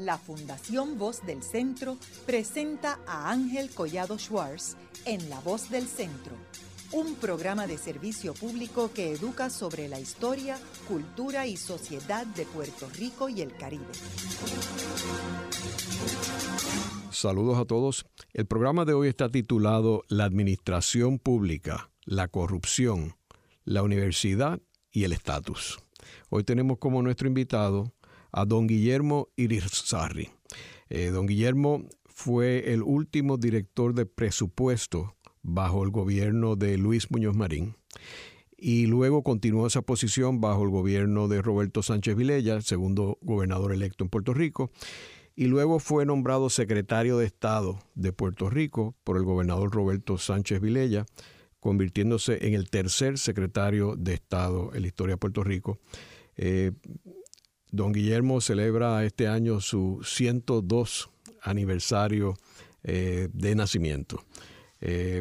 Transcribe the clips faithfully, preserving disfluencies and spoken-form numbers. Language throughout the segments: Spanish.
la Fundación Voz del Centro presenta a Ángel Collado Schwartz en La Voz del Centro, un programa de servicio público que educa sobre la historia, cultura y sociedad de Puerto Rico y el Caribe. Saludos a todos. El programa de hoy está titulado La Administración Pública, la Corrupción, la Universidad y el Estatus. Hoy tenemos como nuestro invitado a don Guillermo Irizarry. Eh, don Guillermo fue el último director de presupuesto bajo el gobierno de Luis Muñoz Marín y luego continuó esa posición bajo el gobierno de Roberto Sánchez Vilella, el segundo gobernador electo en Puerto Rico, y luego fue nombrado secretario de Estado de Puerto Rico por el gobernador Roberto Sánchez Vilella, convirtiéndose en el tercer secretario de Estado en la historia de Puerto Rico. Eh, don Guillermo celebra este año su ciento dos aniversario eh, de nacimiento. Eh,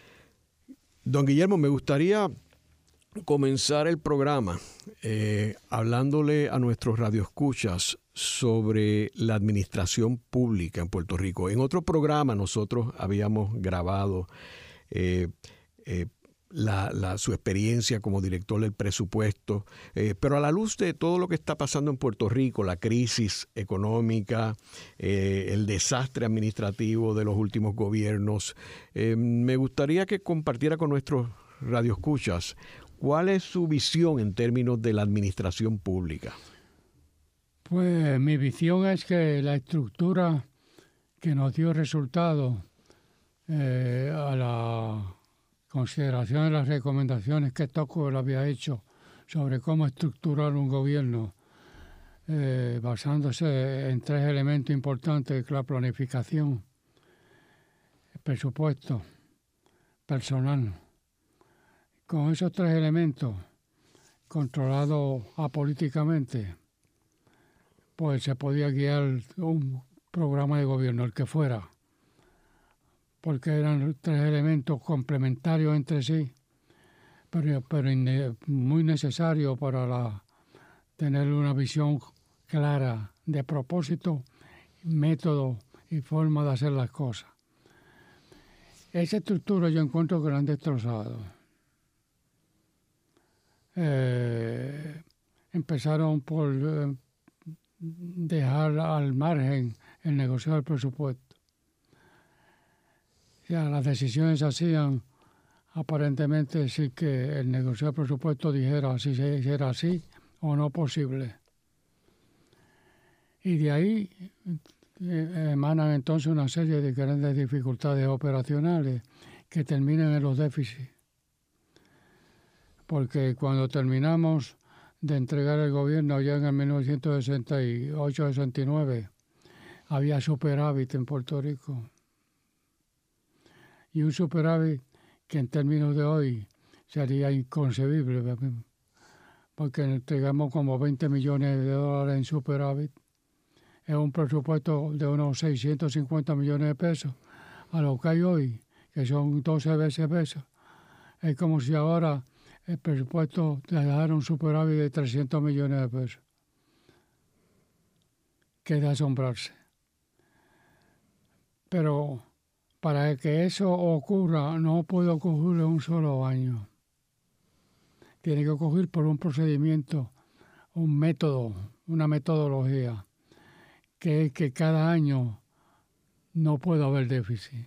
don Guillermo, me gustaría comenzar el programa eh, hablándole a nuestros radioescuchas sobre la administración pública en Puerto Rico. En otro programa nosotros habíamos grabado eh, eh, la, la, su experiencia como director del presupuesto, eh, pero a la luz de todo lo que está pasando en Puerto Rico, la crisis económica, eh, el desastre administrativo de los últimos gobiernos, eh, me gustaría que compartiera con nuestros radioescuchas cuál es su visión en términos de la administración pública. Pues mi visión es que la estructura que nos dio resultado eh, a la consideración de las recomendaciones que Tocqueville había hecho sobre cómo estructurar un gobierno, eh, basándose en tres elementos importantes, que la planificación, el presupuesto, personal. Con esos tres elementos, controlados apolíticamente, pues se podía guiar un programa de gobierno, el que fuera, porque eran tres elementos complementarios entre sí, pero, pero ine, muy necesarios para la, tener una visión clara de propósito, método y forma de hacer las cosas. Esa estructura yo encuentro que la han destrozado. Eh, empezaron por eh, dejar al margen el negocio del presupuesto. Ya las decisiones se hacían aparentemente sin que el negocio del presupuesto dijera si era así o no posible. Y de ahí eh, emanan entonces una serie de diferentes dificultades operacionales que terminan en los déficits. Porque cuando terminamos de entregar el gobierno ya en el mil novecientos sesenta y ocho sesenta y nueve, había superávit en Puerto Rico. Y un superávit que en términos de hoy sería inconcebible, porque entregamos como veinte millones de dólares en superávit. Es un presupuesto de unos seiscientos cincuenta millones de pesos, a lo que hay hoy, que son doce veces pesos. Es como si ahora el presupuesto dejara un superávit de trescientos millones de pesos. Que es de asombrarse. Pero para que eso ocurra, no puede ocurrir en un solo año. Tiene que ocurrir por un procedimiento, un método, una metodología, que es que cada año no puede haber déficit.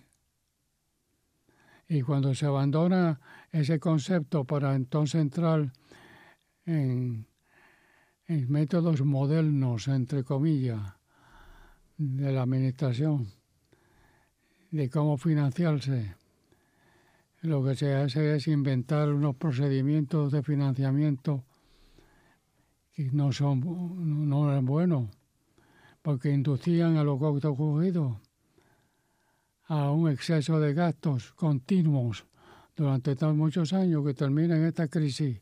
Y cuando se abandona ese concepto para entonces entrar en, en métodos modernos, entre comillas, de la administración, de cómo financiarse, lo que se hace es inventar unos procedimientos de financiamiento que no son no eran buenos, porque inducían a lo que ha ocurrido a un exceso de gastos continuos durante tan muchos años que termina en esta crisis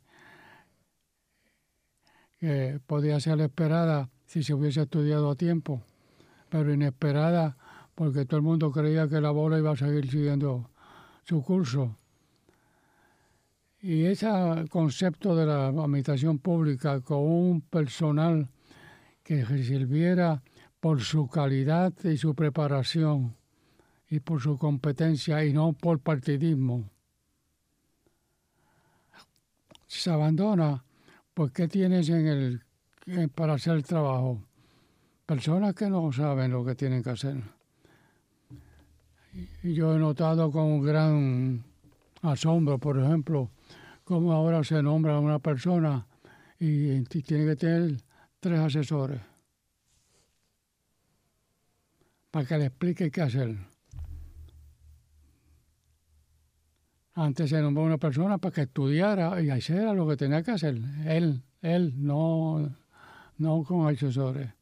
que podía ser esperada si se hubiese estudiado a tiempo, pero inesperada porque todo el mundo creía que la bola iba a seguir siguiendo su curso. Y ese concepto de la administración pública con un personal que sirviera por su calidad y su preparación y por su competencia y no por partidismo. Si se abandona, pues ¿qué tienes en el, en, para hacer el trabajo? Personas que no saben lo que tienen que hacer. Y yo he notado con un gran asombro, por ejemplo, cómo ahora se nombra a una persona y, y tiene que tener tres asesores para que le explique qué hacer. Antes se nombró a una persona para que estudiara y hiciera lo que tenía que hacer. Él, él, no, no con asesores.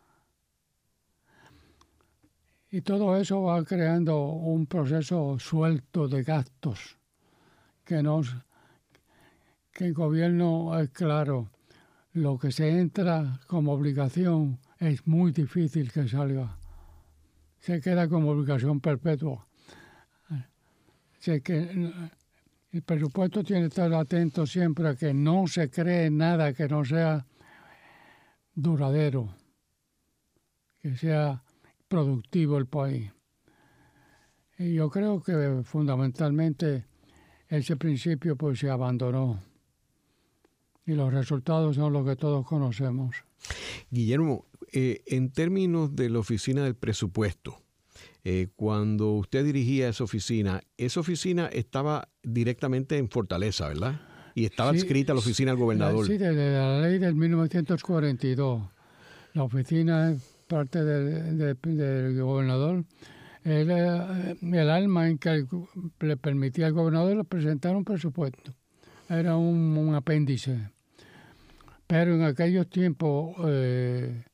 Y todo eso va creando un proceso suelto de gastos que, nos, que el gobierno es claro. Lo que se entra como obligación es muy difícil que salga. Se queda como obligación perpetua. Así que el presupuesto tiene que estar atento siempre a que no se cree nada que no sea duradero, que sea productivo el país. Y yo creo que fundamentalmente ese principio pues se abandonó y los resultados son los que todos conocemos. Guillermo, eh, en términos de la Oficina del Presupuesto, eh, cuando usted dirigía esa oficina, esa oficina estaba directamente en Fortaleza, ¿verdad? Y estaba sí, adscrita a la oficina del gobernador. Sí, desde la ley del mil novecientos cuarenta y dos. La oficina es parte del, del, del gobernador. Era el alma en que le permitía al gobernador presentar un presupuesto. Era un, un apéndice. Pero en aquellos tiempos eh,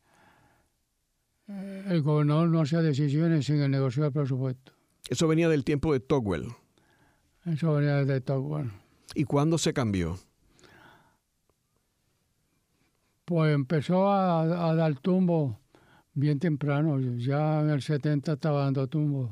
el gobernador no hacía decisiones sin el negocio del presupuesto. Eso venía del tiempo de Tocqueville. Eso venía de Tocqueville. ¿Y cuándo se cambió? Pues empezó a, a dar tumbo bien temprano. Ya en el setenta estaba dando tumbo.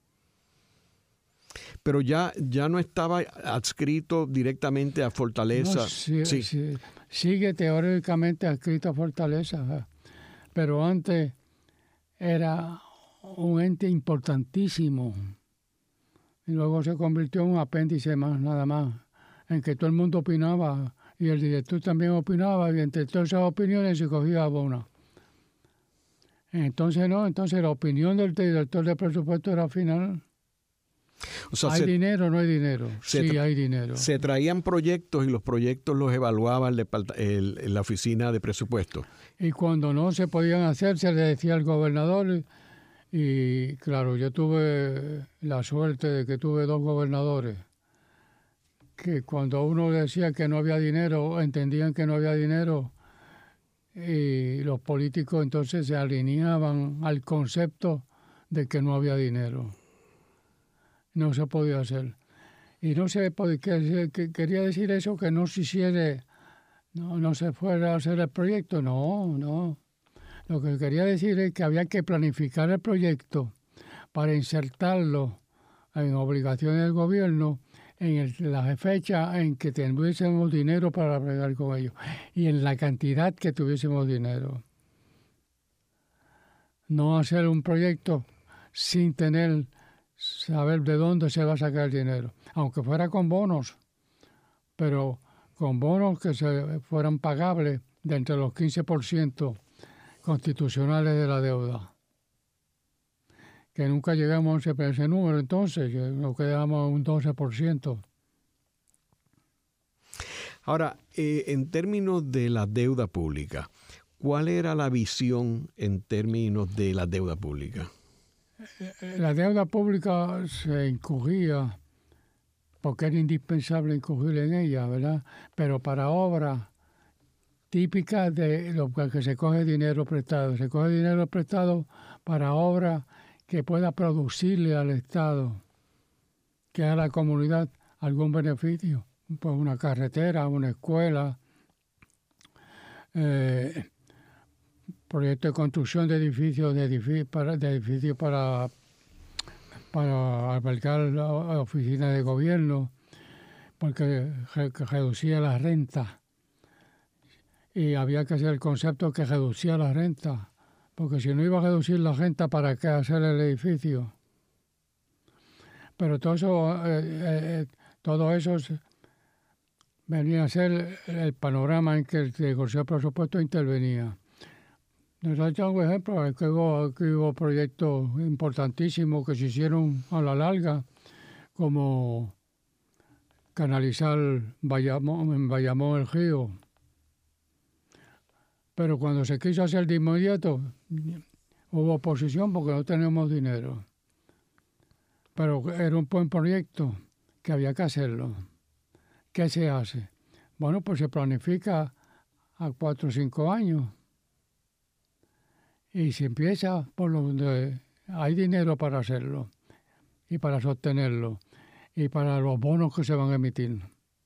Pero ya, ya no estaba adscrito directamente a Fortaleza. No, sí, sí. Sí, sigue teóricamente adscrito a Fortaleza, pero antes era un ente importantísimo. Y luego se convirtió en un apéndice más, nada más, en que todo el mundo opinaba y el director también opinaba y entre todas esas opiniones se cogía una. Entonces no, entonces la opinión del director de presupuesto era final. O sea, ¿Hay se, dinero o no hay dinero? Sí, hay dinero. Se traían proyectos y los proyectos los evaluaba el, el, el, la oficina de presupuesto. Y cuando no se podían hacer, se le decía al gobernador. Y claro, yo tuve la suerte de que tuve dos gobernadores que cuando uno decía que no había dinero, entendían que no había dinero y los políticos entonces se alineaban al concepto de que no había dinero. No se podía hacer. Y no se podía, que, que quería decir eso, que no se hiciera, no, no se fuera a hacer el proyecto. No, no. Lo que quería decir es que había que planificar el proyecto para insertarlo en obligaciones del gobierno en el, la fecha en que tuviésemos dinero para bregar con ellos y en la cantidad que tuviésemos dinero. No hacer un proyecto sin tener, saber de dónde se va a sacar el dinero, aunque fuera con bonos, pero con bonos que se fueran pagables de entre los quince por ciento constitucionales de la deuda. Que nunca llegamos a ese número entonces, nos quedamos un doce por ciento. Ahora, eh, en términos de la deuda pública, ¿cuál era la visión en términos de la deuda pública? La deuda pública se incurría porque era indispensable incurrir en ella, ¿verdad? Pero para obras típicas de lo que se coge dinero prestado. Se coge dinero prestado para obras que pueda producirle al Estado, que a la comunidad algún beneficio, pues una carretera, una escuela, eh, proyecto de construcción de edificios, de edificios para, de edificios para, para albergar la oficina de gobierno, porque re, reducía la renta. Y había que hacer el concepto que reducía la renta porque si no iba a reducir la renta, ¿para qué hacer el edificio? Pero todo eso, eh, eh, todo eso venía a ser el panorama en que el negociado de presupuesto intervenía. Nosotros, por ejemplo, es que hubo, que hubo proyectos importantísimos que se hicieron a la larga, como canalizar Bayamón, en Bayamón el río. Pero cuando se quiso hacer de inmediato, hubo oposición porque no teníamos dinero. Pero era un buen proyecto que había que hacerlo. ¿Qué se hace? Bueno, pues se planifica a cuatro o cinco años. Y se empieza por donde hay dinero para hacerlo y para sostenerlo y para los bonos que se van a emitir.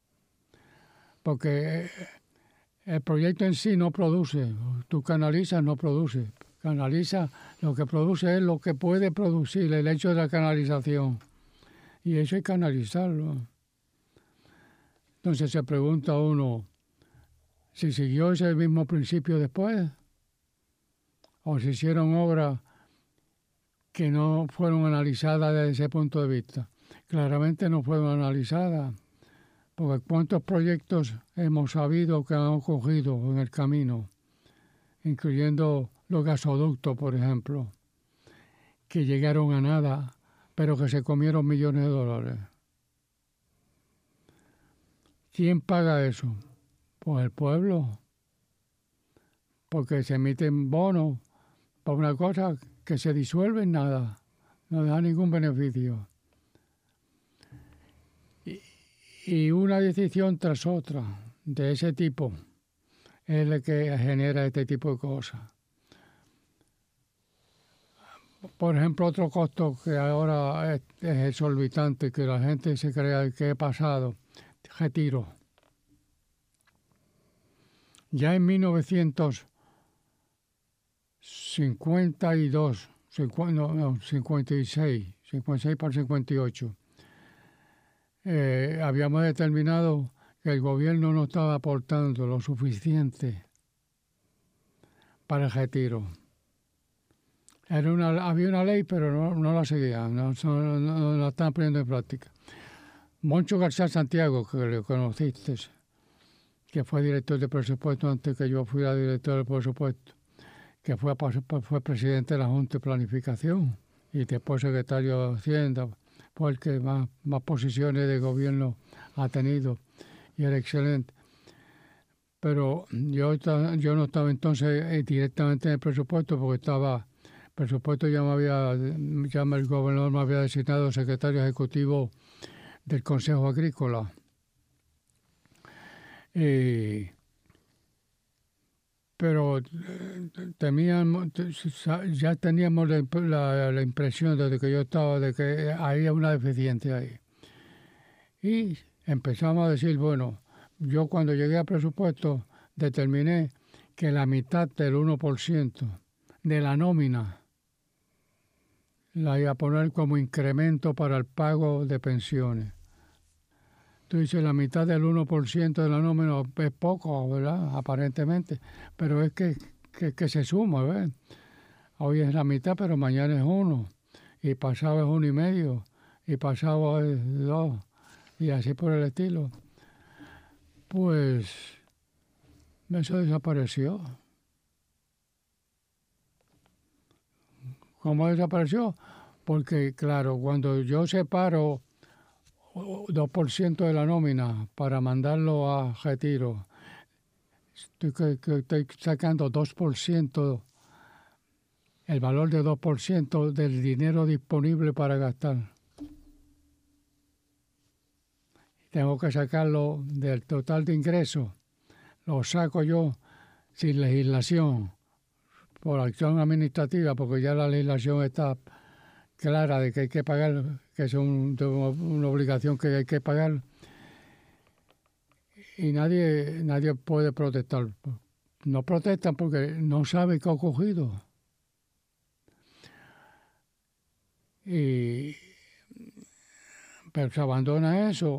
Porque el proyecto en sí no produce, tú canalizas, no produce. Canaliza, lo que produce es lo que puede producir, el hecho de la canalización. Y eso hay que canalizarlo. Entonces se pregunta uno si siguió ese mismo principio después, o se hicieron obras que no fueron analizadas desde ese punto de vista. Claramente no fueron analizadas, porque cuántos proyectos hemos sabido que han ocurrido en el camino, incluyendo los gasoductos, por ejemplo, que llegaron a nada, pero que se comieron millones de dólares. ¿Quién paga eso? Pues el pueblo, porque se emiten bonos por una cosa que se disuelve en nada, no da ningún beneficio. Y, y una decisión tras otra de ese tipo es la que genera este tipo de cosas. Por ejemplo, otro costo que ahora es, es exorbitante, que la gente se crea que he pasado, retiro. Ya en mil novecientos cincuenta y dos, cincuenta, no, no, cincuenta y seis, cincuenta y seis para cincuenta y ocho, eh, habíamos determinado que el gobierno no estaba aportando lo suficiente para el retiro. Era una, había una ley, pero no, no la seguían, no, no, no, no la estaban poniendo en práctica. Moncho García Santiago, que lo conociste, que fue director de presupuesto antes que yo fuera director de presupuesto, que fue, fue presidente de la Junta de Planificación y después secretario de Hacienda, fue el que más, más posiciones de gobierno ha tenido y era excelente. Pero yo, yo no estaba entonces directamente en el presupuesto porque estaba, el presupuesto ya me había, ya el gobernador me había designado secretario ejecutivo del Consejo Agrícola. Y, pero temían, ya teníamos la, la, la impresión desde que yo estaba de que había una deficiencia ahí. Y empezamos a decir, bueno, yo cuando llegué al presupuesto determiné que la mitad del uno por ciento de la nómina la iba a poner como incremento para el pago de pensiones. Tú dices, la mitad del uno por ciento de la nómina es poco, ¿verdad? Aparentemente, pero es que, que, que se suma, ¿ves? Hoy es la mitad, pero mañana es uno, y pasado es uno y medio, y pasado es dos, y así por el estilo. Pues eso desapareció. ¿Cómo desapareció? Porque, claro, cuando yo separo dos por ciento de la nómina para mandarlo a retiro, estoy, que, que estoy sacando dos por ciento, el valor de dos por ciento del dinero disponible para gastar. Tengo que sacarlo del total de ingresos. Lo saco yo sin legislación, por acción administrativa, porque ya la legislación está clara de que hay que pagar, que es un, una obligación que hay que pagar, y nadie nadie puede protestar. No protestan porque no saben qué ha ocurrido. Y pero se abandona eso,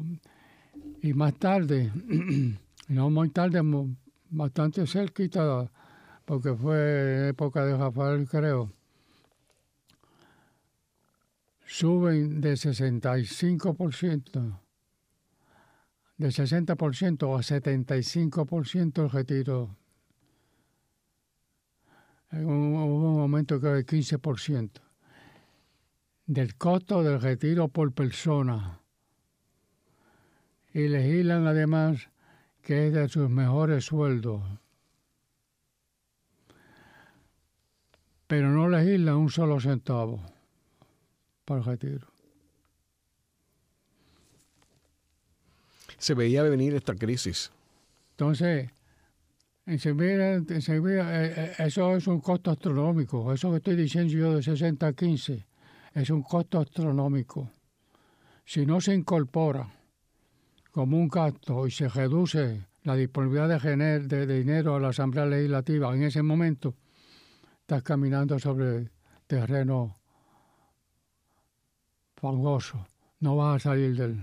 y más tarde, no muy tarde, bastante cerquita, porque fue en época de Rafael, creo, suben de sesenta y cinco por ciento, de sesenta por ciento a setenta y cinco por ciento el retiro. Hubo un aumento que de quince por ciento del costo del retiro por persona. Y legislan además que es de sus mejores sueldos. Pero no legislan un solo centavo para el retiro. Se veía venir esta crisis. Entonces, enseguida, enseguida, eh, eso es un costo astronómico. Eso que estoy diciendo yo de sesenta a quince es un costo astronómico. Si no se incorpora como un gasto y se reduce la disponibilidad de, gener, de, de dinero a la Asamblea Legislativa, en ese momento estás caminando sobre terreno fangoso. No vas a salir del...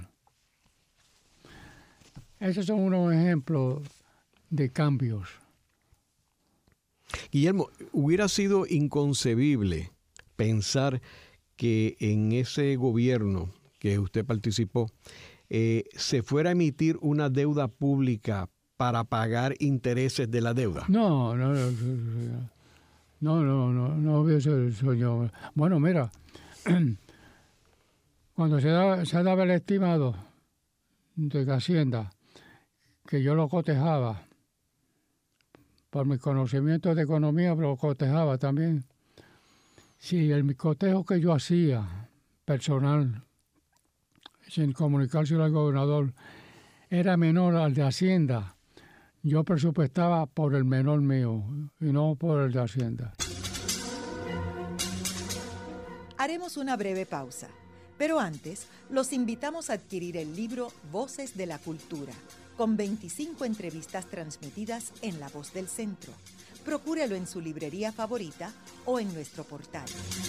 Esos son unos ejemplos de cambios. Guillermo, hubiera sido inconcebible pensar que en ese gobierno que usted participó eh, se fuera a emitir una deuda pública para pagar intereses de la deuda. No, no, no, no, no, no, no hubiese soñado. Bueno, mira, cuando se, da, se daba el estimado de Hacienda, que yo lo cotejaba, por mis conocimientos de economía, pero lo cotejaba también. Si el cotejo que yo hacía, personal, sin comunicárselo al gobernador, era menor al de Hacienda, yo presupuestaba por el menor mío y no por el de Hacienda. Haremos una breve pausa, pero antes los invitamos a adquirir el libro Voces de la Cultura, con veinticinco entrevistas transmitidas en La Voz del Centro. Procúrelo en su librería favorita o en nuestro portal.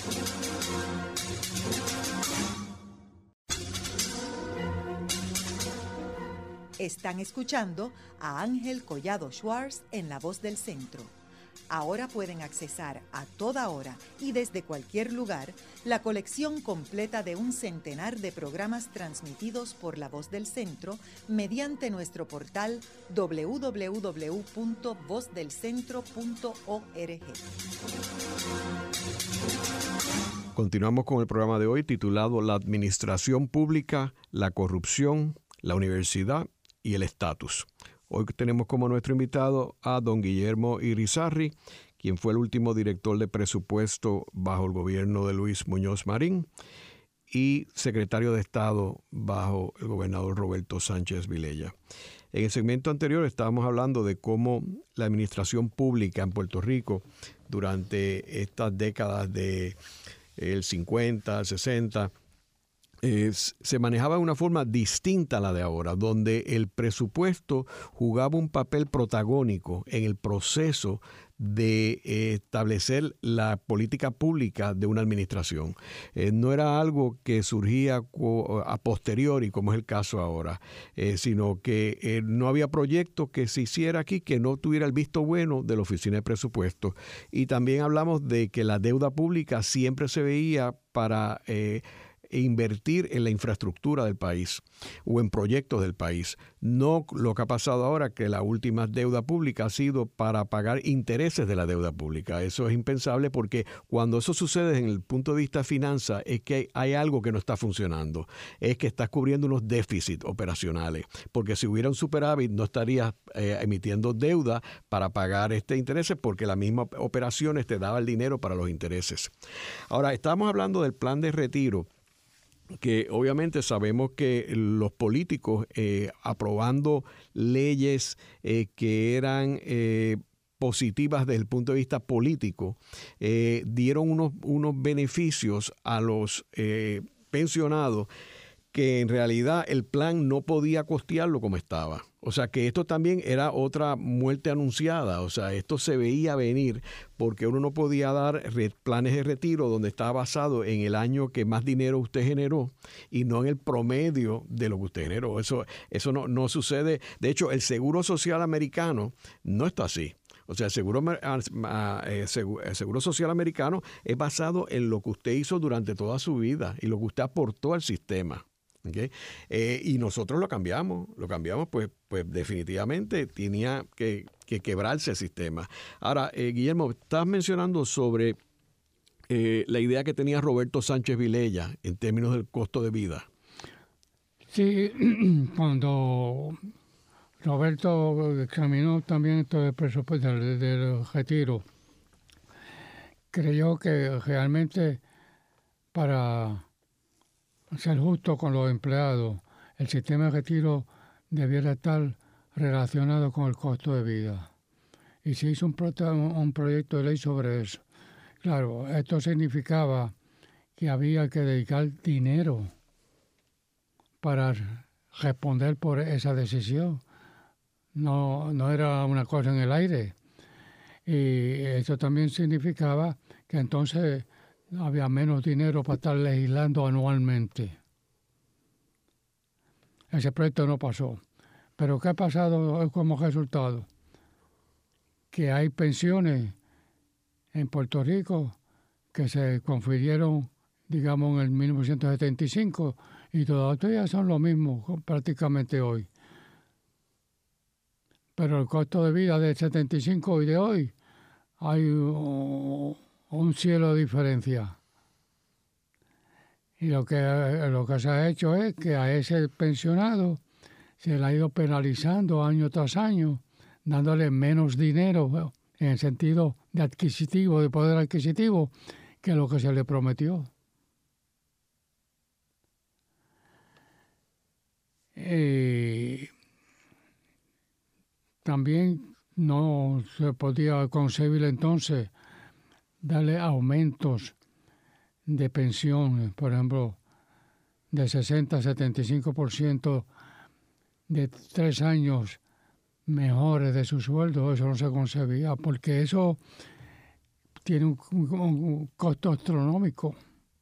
Están escuchando a Ángel Collado Schwartz en La Voz del Centro. Ahora pueden accesar a toda hora y desde cualquier lugar la colección completa de un centenar de programas transmitidos por La Voz del Centro mediante nuestro portal doble u doble u doble u punto voz del centro punto org. Continuamos con el programa de hoy titulado La Administración Pública, la Corrupción, la Universidad y el Estatus. Hoy tenemos como nuestro invitado a don Guillermo Irizarry, quien fue el último director de presupuesto bajo el gobierno de Luis Muñoz Marín y secretario de Estado bajo el gobernador Roberto Sánchez Vilella. En el segmento anterior estábamos hablando de cómo la administración pública en Puerto Rico durante estas décadas de el cincuenta, el sesenta, Eh, se manejaba de una forma distinta a la de ahora, donde el presupuesto jugaba un papel protagónico en el proceso de eh, establecer la política pública de una administración. Eh, no era algo que surgía a posteriori, como es el caso ahora, eh, sino que eh, no había proyecto que se hiciera aquí que no tuviera el visto bueno de la Oficina de Presupuestos. Y también hablamos de que la deuda pública siempre se veía para Eh, e invertir en la infraestructura del país o en proyectos del país. No lo que ha pasado ahora, que la última deuda pública ha sido para pagar intereses de la deuda pública. Eso es impensable porque cuando eso sucede desde el punto de vista de finanzas es que hay, hay algo que no está funcionando. Es que estás cubriendo unos déficits operacionales. Porque si hubiera un superávit no estarías eh, emitiendo deuda para pagar este intereses porque las mismas operaciones te daban el dinero para los intereses. Ahora, estamos hablando del plan de retiro, que obviamente sabemos que los políticos eh, aprobando leyes eh, que eran eh, positivas desde el punto de vista político, eh, dieron unos, unos beneficios a los eh, pensionados que en realidad el plan no podía costearlo como estaba. O sea que esto también era otra muerte anunciada. O sea, esto se veía venir porque uno no podía dar planes de retiro donde estaba basado en el año que más dinero usted generó y no en el promedio de lo que usted generó. Eso, eso no, no sucede. De hecho, el Seguro Social americano no está así. O sea, el seguro, el seguro social americano es basado en lo que usted hizo durante toda su vida y lo que usted aportó al sistema. ¿Okay? Eh, y nosotros lo cambiamos, lo cambiamos, pues, pues definitivamente tenía que, que quebrarse el sistema. Ahora, eh, Guillermo, estás mencionando sobre eh, la idea que tenía Roberto Sánchez Vilella en términos del costo de vida. Sí, cuando Roberto examinó también esto del presupuesto del, del retiro, creyó que realmente para ser justo con los empleados, el sistema de retiro debiera estar relacionado con el costo de vida. Y se hizo un, pro- un proyecto de ley sobre eso. Claro, esto significaba que había que dedicar dinero para responder por esa decisión. No, no era una cosa en el aire. Y eso también significaba que entonces había menos dinero para estar legislando anualmente. Ese proyecto no pasó. Pero ¿qué ha pasado como resultado? Que hay pensiones en Puerto Rico que se confirieron, digamos, en el mil novecientos setenta y cinco y todavía son lo mismo prácticamente hoy. Pero el costo de vida del setenta y cinco y de hoy hay un, un cielo de diferencia. Y lo que, lo que se ha hecho es que a ese pensionado se le ha ido penalizando año tras año, dándole menos dinero en el sentido de adquisitivo, de poder adquisitivo, que lo que se le prometió. Y también no se podía concebir entonces darle aumentos de pensiones, por ejemplo, de sesenta a setenta y cinco por ciento de tres años mejores de su sueldo. Eso no se concebía, porque eso tiene un, un, un costo astronómico,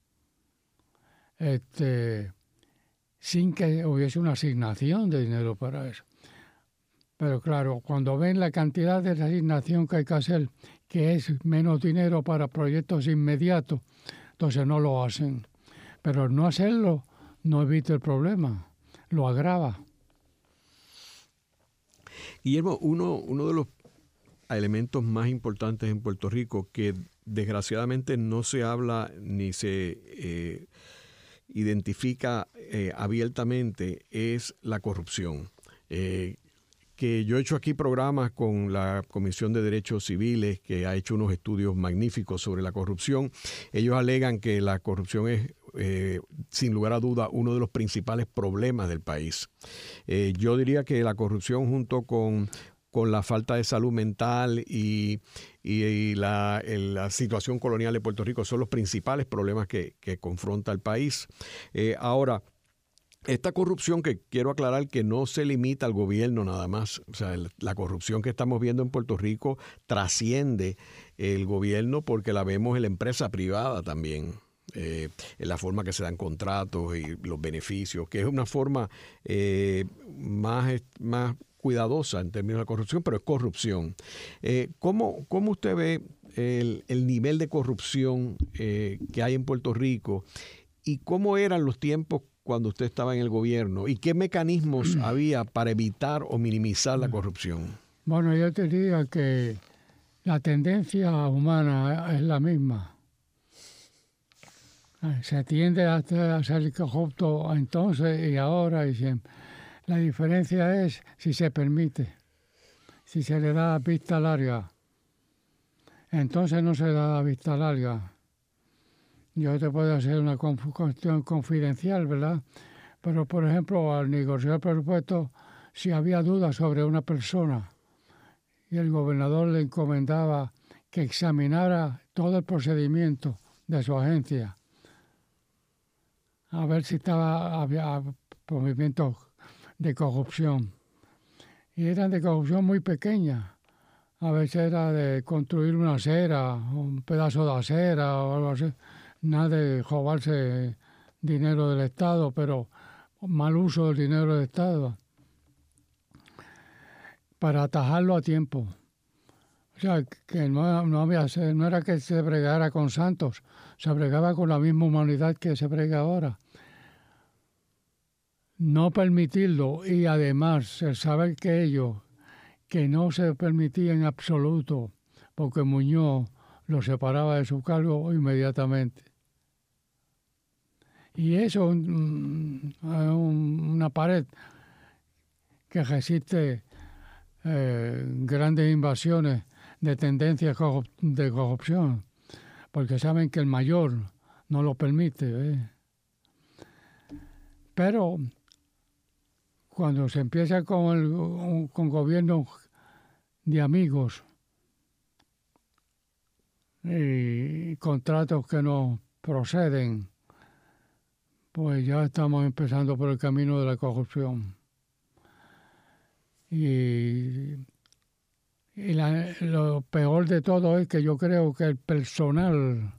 este, sin que hubiese una asignación de dinero para eso. Pero claro, cuando ven la cantidad de asignación que hay que hacer, que es menos dinero para proyectos inmediatos, entonces no lo hacen. Pero no hacerlo no evita el problema, lo agrava. Guillermo, uno, uno de los elementos más importantes en Puerto Rico que desgraciadamente no se habla ni se eh, identifica eh, abiertamente es la corrupción. Eh, que yo he hecho aquí programas con la Comisión de Derechos Civiles, que ha hecho unos estudios magníficos sobre la corrupción. Ellos alegan que la corrupción es, eh, sin lugar a duda, uno de los principales problemas del país. Eh, yo diría que la corrupción junto con, con la falta de salud mental y, y, y la, el, la situación colonial de Puerto Rico son los principales problemas que, que confronta el país. Eh, ahora, esta corrupción, que quiero aclarar que no se limita al gobierno nada más, o sea, la corrupción que estamos viendo en Puerto Rico trasciende el gobierno porque la vemos en la empresa privada también, eh, en la forma que se dan contratos y los beneficios, que es una forma eh, más, más cuidadosa en términos de corrupción, pero es corrupción. Eh, ¿cómo, ¿Cómo usted ve el, el nivel de corrupción eh, que hay en Puerto Rico y cómo eran los tiempos cuando usted estaba en el gobierno y qué mecanismos había para evitar o minimizar la corrupción? Bueno, yo te diría que la tendencia humana es la misma. Se tiende a ser corrupto entonces y ahora y siempre. La diferencia es si se permite, si se le da vista larga. Entonces no se da vista larga. Yo te puedo hacer una cuestión confidencial, ¿verdad? Pero, por ejemplo, al negociar el presupuesto, si había dudas sobre una persona y el gobernador le encomendaba que examinara todo el procedimiento de su agencia, a ver si estaba, había movimientos de corrupción. Y eran de corrupción muy pequeña. A veces era de construir una acera, un pedazo de acera o algo así. Nada de robarse dinero del Estado, pero mal uso del dinero del Estado para atajarlo a tiempo. sea, que no, no, había, no era que se bregara con santos, se bregaba con la misma humanidad que se brega ahora. No permitirlo y además el saber que ellos, que no se permitía en absoluto, porque Muñoz lo separaba de su cargo inmediatamente. Y eso es un, un, una pared que resiste eh, grandes invasiones de tendencias de corrupción, porque saben que el mayor no lo permite. ¿eh? Pero cuando se empieza con, el, con gobiernos de amigos y contratos que no proceden, pues ya estamos empezando por el camino de la corrupción. Y, y la, lo peor de todo es que yo creo que el personal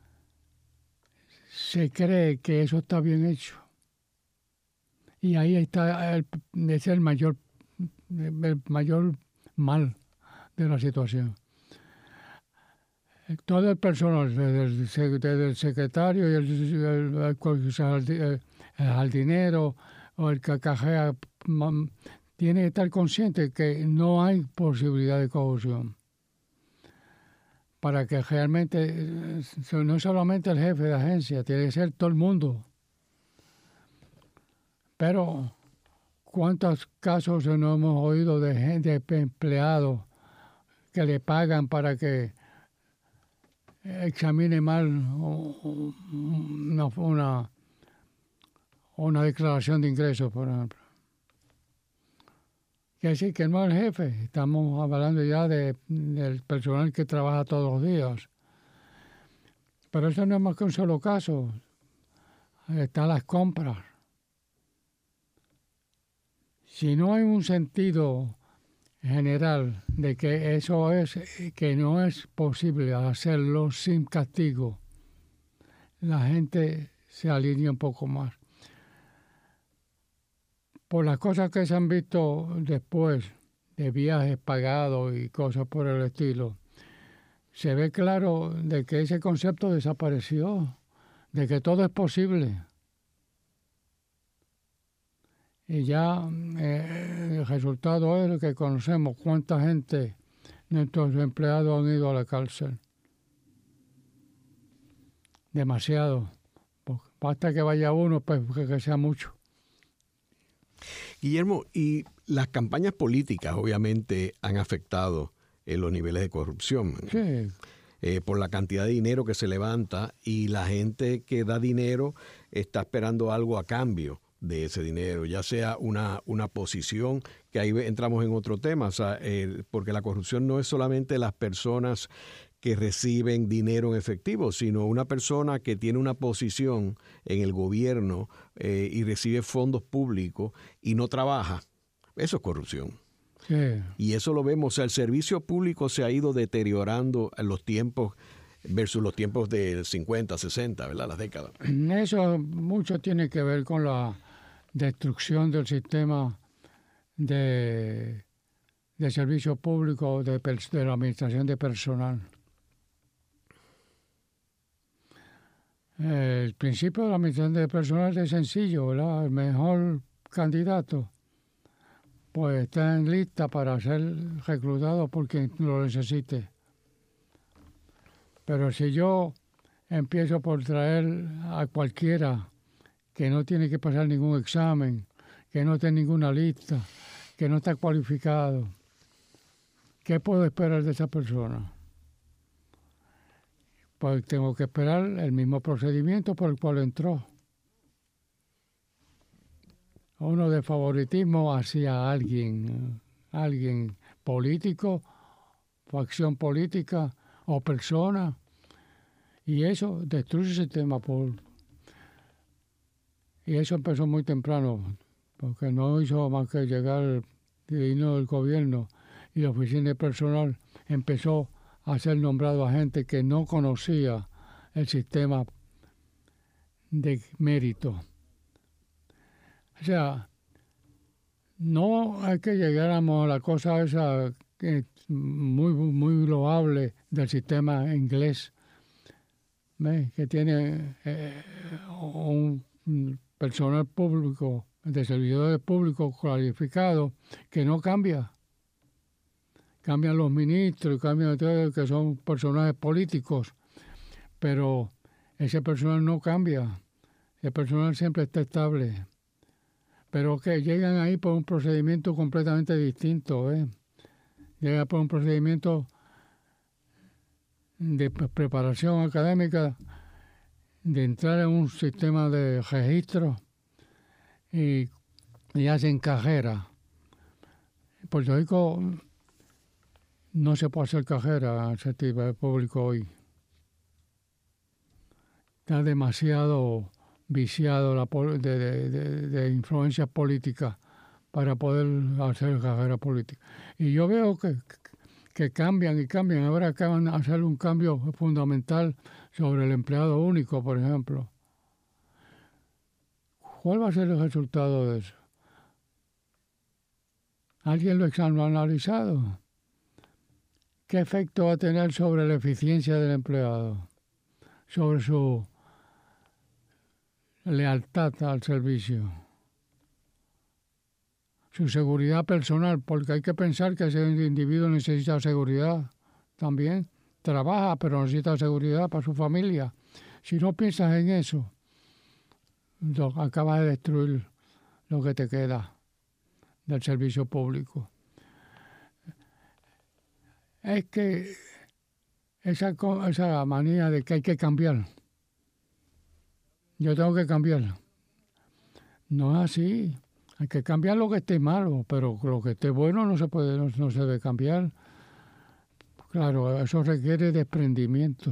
se cree que eso está bien hecho. Y ahí está el, es el mayor, el mayor mal de la situación. Todo el personal, desde el, desde el secretario y el, el, el, el, el jardinero o el que cajea, tiene que estar consciente que no hay posibilidad de corrupción. Para que realmente, no solamente el jefe de agencia, tiene que ser todo el mundo. Pero, ¿cuántos casos no hemos oído de gente, de empleados, que le pagan para que examine mal una, una, una declaración de ingresos, por ejemplo? Quiere decir que no es el jefe, estamos hablando ya de, del personal que trabaja todos los días. Pero eso no es más que un solo caso. Están las compras. Si no hay un sentido general de que eso es, que no es posible hacerlo sin castigo, la gente se alinea un poco más. Por las cosas que se han visto después de viajes pagados y cosas por el estilo, se ve claro de que ese concepto desapareció, de que todo es posible. Y ya eh, el resultado es el que conocemos, cuánta gente, nuestros empleados han ido a la cárcel. Demasiado. Pues basta que vaya uno, pues que, que sea mucho. Guillermo, y las campañas políticas obviamente han afectado eh, los niveles de corrupción. Sí. Eh, por la cantidad de dinero que se levanta y la gente que da dinero está esperando algo a cambio de ese dinero, ya sea una, una posición, que ahí entramos en otro tema, o sea, eh, porque la corrupción no es solamente las personas que reciben dinero en efectivo, sino una persona que tiene una posición en el gobierno eh, y recibe fondos públicos y no trabaja. Eso es corrupción. Sí. Y eso lo vemos, o sea, el servicio público se ha ido deteriorando en los tiempos versus los tiempos del cincuenta, sesenta, ¿verdad? Las décadas. Eso mucho tiene que ver con la destrucción del sistema de, de servicio público, de, de la administración de personal. El principio de la administración de personal es sencillo, ¿verdad? El mejor candidato pues está en lista para ser reclutado por quien lo necesite. Pero si yo empiezo por traer a cualquiera que no tiene que pasar ningún examen, que no tiene ninguna lista, que no está cualificado, ¿qué puedo esperar de esa persona? Pues tengo que esperar el mismo procedimiento por el cual entró. Uno de favoritismo hacia alguien, alguien político, facción política o persona, y eso destruye el sistema público. Y eso empezó muy temprano, porque no hizo más que llegar el dinero del gobierno y la oficina de personal empezó a ser nombrado a gente que no conocía el sistema de mérito. O sea, no hay que llegáramos a la cosa esa que muy, muy loable del sistema inglés, ¿ves? Que tiene eh, un personal público, de servidores públicos cualificados, que no cambia. Cambian los ministros, cambian todo, que son personajes políticos, pero ese personal no cambia. El personal siempre está estable. Pero que llegan ahí por un procedimiento completamente distinto, ¿eh? Llegan por un procedimiento de preparación académica, de entrar en un sistema de registro y, y hacen cajera. En Puerto Rico no se puede hacer cajera en ese tipo de público hoy. Está demasiado viciado la, de, de, de, de influencias políticas para poder hacer carrera política. Y yo veo que, que cambian y cambian. Ahora acaban de hacer un cambio fundamental sobre el empleado único, por ejemplo. ¿Cuál va a ser el resultado de eso? ¿Alguien lo ha analizado? ¿Qué efecto va a tener sobre la eficiencia del empleado? Sobre su lealtad al servicio, su seguridad personal, porque hay que pensar que ese individuo necesita seguridad también, trabaja pero necesita seguridad para su familia. Si no piensas en eso, lo, acabas de destruir lo que te queda del servicio público. Es que esa, esa manía de que hay que cambiar, yo tengo que cambiar. No es así. Hay que cambiar lo que esté malo, pero lo que esté bueno no se puede, no, no se debe cambiar. Claro, eso requiere desprendimiento.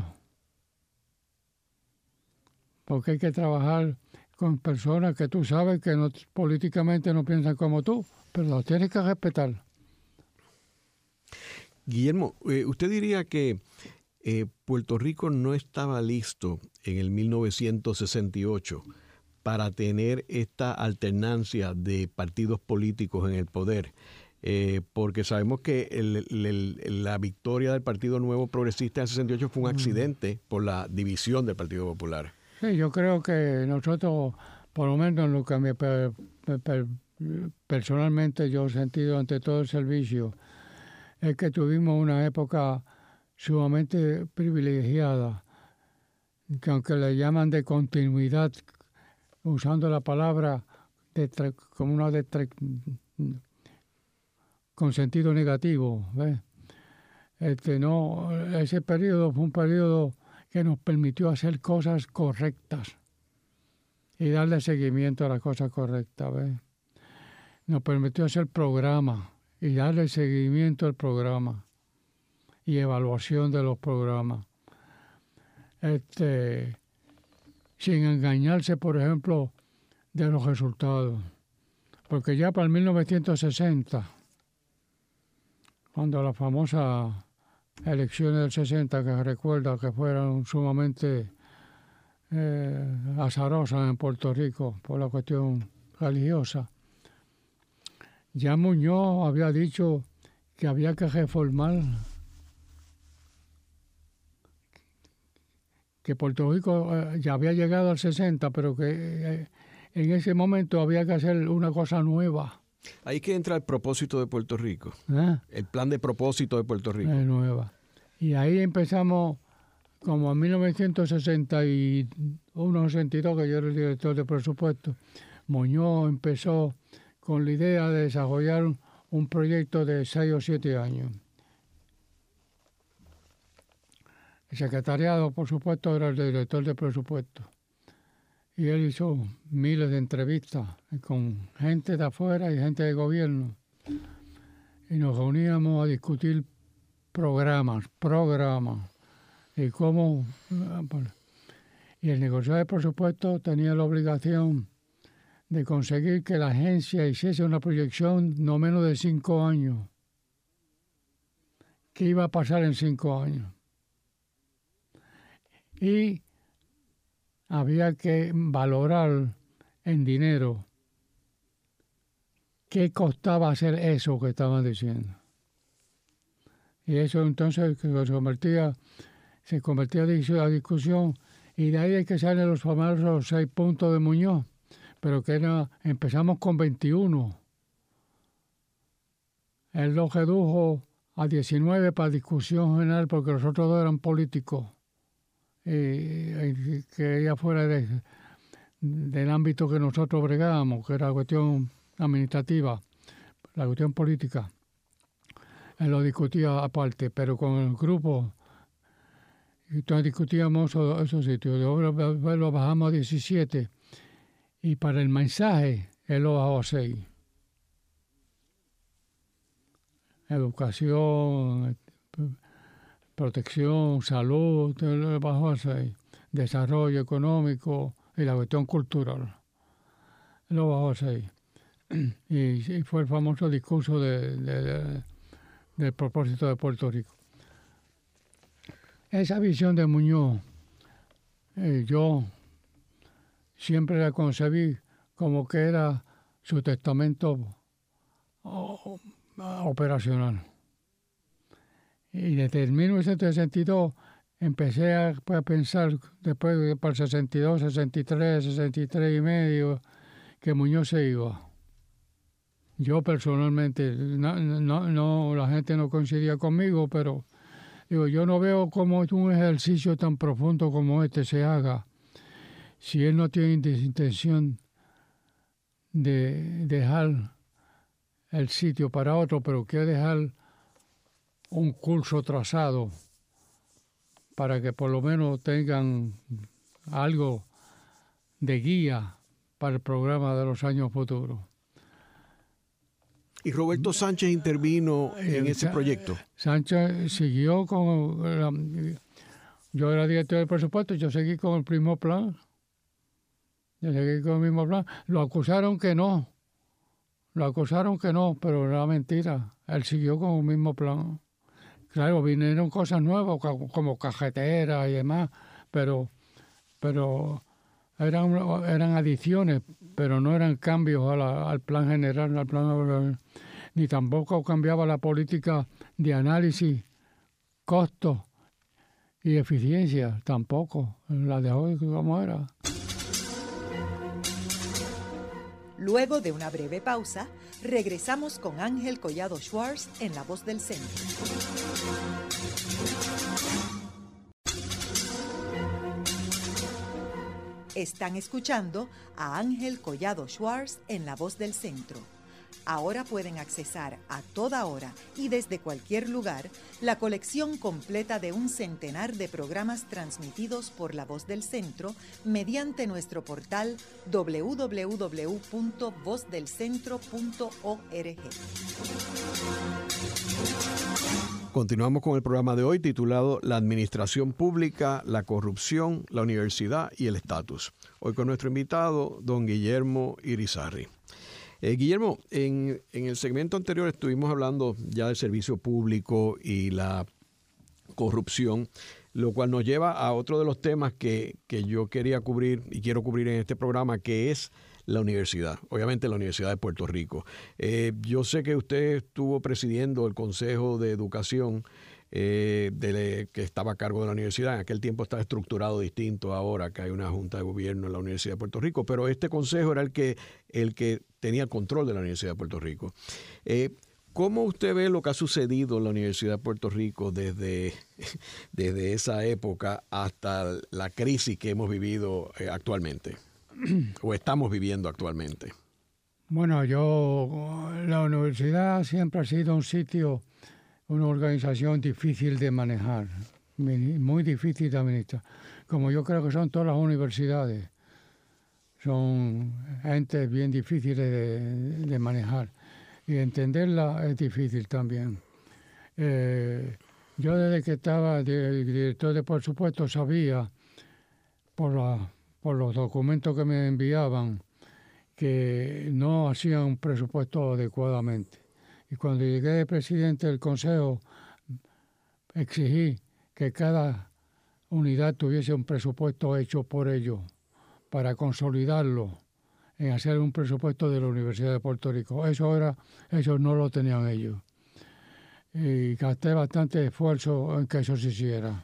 Porque hay que trabajar con personas que tú sabes que no, políticamente no piensan como tú, pero los tienes que respetar. Guillermo, eh, ¿usted diría que eh, Puerto Rico no estaba listo en el mil novecientos sesenta y ocho para tener esta alternancia de partidos políticos en el poder? Eh, porque sabemos que el, el, el, la victoria del Partido Nuevo Progresista en el sesenta y ocho fue un accidente por la división del Partido Popular. Sí, yo creo que nosotros, por lo menos en lo que me, per, per, personalmente yo he sentido ante todo el servicio, es que tuvimos una época sumamente privilegiada, que aunque le llaman de continuidad, usando la palabra de, como una de, con sentido negativo, ¿ves? Este, no, ese periodo fue un periodo que nos permitió hacer cosas correctas y darle seguimiento a las cosas correctas, ¿ves? Nos permitió hacer programas y darle seguimiento al programa y evaluación de los programas. Este, sin engañarse, por ejemplo, de los resultados. Porque ya para el mil novecientos sesenta, cuando las famosas elecciones del sesenta, que recuerda que fueron sumamente eh, azarosas en Puerto Rico por la cuestión religiosa, ya Muñoz había dicho que había que reformar, que Puerto Rico eh, ya había llegado al sesenta, pero que eh, en ese momento había que hacer una cosa nueva. Ahí que entra el propósito de Puerto Rico, ¿Eh? el plan de propósito de Puerto Rico. Es nueva. Y ahí empezamos, como en mil novecientos sesenta y uno, sesenta y dos, que yo era el director de presupuesto, Muñoz empezó con la idea de desarrollar un, un proyecto de seis o siete años. El secretariado, por supuesto, era el director de presupuesto. Y él hizo miles de entrevistas con gente de afuera y gente de gobierno. Y nos reuníamos a discutir programas, programas, y cómo... Y el negociador de presupuesto tenía la obligación de conseguir que la agencia hiciese una proyección no menos de cinco años. ¿Qué iba a pasar en cinco años? Y había que valorar en dinero qué costaba hacer eso que estaban diciendo. Y eso entonces se convertía, se convertía a discusión, y de ahí es que salen los famosos seis puntos de Muñoz, pero que era, empezamos con veintiuno. Él lo redujo a diecinueve para discusión general, porque los otros dos eran políticos, y, y que ella fuera de, del ámbito que nosotros bregábamos, que era la cuestión administrativa, la cuestión política. Él lo discutía aparte, pero con el grupo, entonces discutíamos esos, esos sitios. Luego lo bajamos a diecisiete, y para el mensaje él lo bajó a seis. Educación, protección, salud, lo bajó a seis. Desarrollo económico y la cuestión cultural, lo bajó a seis. Y, y fue el famoso discurso de, de, de, del propósito de Puerto Rico. Esa visión de Muñoz, eh, yo siempre la concebí como que era su testamento oh, operacional. Y desde mil novecientos sesenta y dos empecé a, a pensar, después para el sesenta y dos, sesenta y tres, sesenta y tres y medio, que Muñoz se iba. Yo personalmente, no, no, no, la gente no coincidía conmigo, pero digo, yo no veo cómo un ejercicio tan profundo como este se haga si él no tiene intención de dejar el sitio para otro, pero quiere dejar un curso trazado para que por lo menos tengan algo de guía para el programa de los años futuros. ¿Y Roberto Sánchez intervino en ese proyecto? Sánchez siguió con... La, yo era director del presupuesto, yo seguí con el mismo plan. Yo seguí con el mismo plan. Lo acusaron que no. Lo acusaron que no, pero era mentira. Él siguió con el mismo plan. Claro, vinieron cosas nuevas, como cajetera y demás, pero, pero eran, eran adiciones, pero no eran cambios a la, al plan general, al plan, ni tampoco cambiaba la política de análisis, costos y eficiencia, tampoco. La de hoy, ¿cómo era? Luego de una breve pausa, regresamos con Ángel Collado Schwartz en La Voz del Centro. Están escuchando a Ángel Collado Schwartz en La Voz del Centro. Ahora pueden accesar a toda hora y desde cualquier lugar la colección completa de un centenar de programas transmitidos por La Voz del Centro mediante nuestro portal doble u doble u doble u punto voz del centro punto org. Continuamos con el programa de hoy titulado La Administración Pública, la Corrupción, la Universidad y el Estatus. Hoy con nuestro invitado, don Guillermo Irizarry. Eh, Guillermo, en, en el segmento anterior estuvimos hablando ya del servicio público y la corrupción, lo cual nos lleva a otro de los temas que, que yo quería cubrir y quiero cubrir en este programa, que es la universidad, obviamente la Universidad de Puerto Rico. Eh, yo sé que usted estuvo presidiendo el Consejo de Educación eh, de, que estaba a cargo de la universidad. En aquel tiempo estaba estructurado distinto ahora que hay una junta de gobierno en la Universidad de Puerto Rico, pero este consejo era el que, el que tenía el control de la Universidad de Puerto Rico. Eh, ¿Cómo usted ve lo que ha sucedido en la Universidad de Puerto Rico desde, desde esa época hasta la crisis que hemos vivido eh, actualmente o estamos viviendo actualmente? Bueno, yo, la universidad siempre ha sido un sitio, una organización difícil de manejar, muy difícil de administrar, como yo creo que son todas las universidades. Son entes bien difíciles de, de manejar y entenderla es difícil también. Eh, yo desde que estaba de, director de presupuesto sabía por, la, por los documentos que me enviaban que no hacían un presupuesto adecuadamente. Y cuando llegué de presidente del Consejo, exigí que cada unidad tuviese un presupuesto hecho por ellos para consolidarlo en hacer un presupuesto de la Universidad de Puerto Rico. Eso era, eso no lo tenían ellos. y gasté bastante esfuerzo en que eso se hiciera.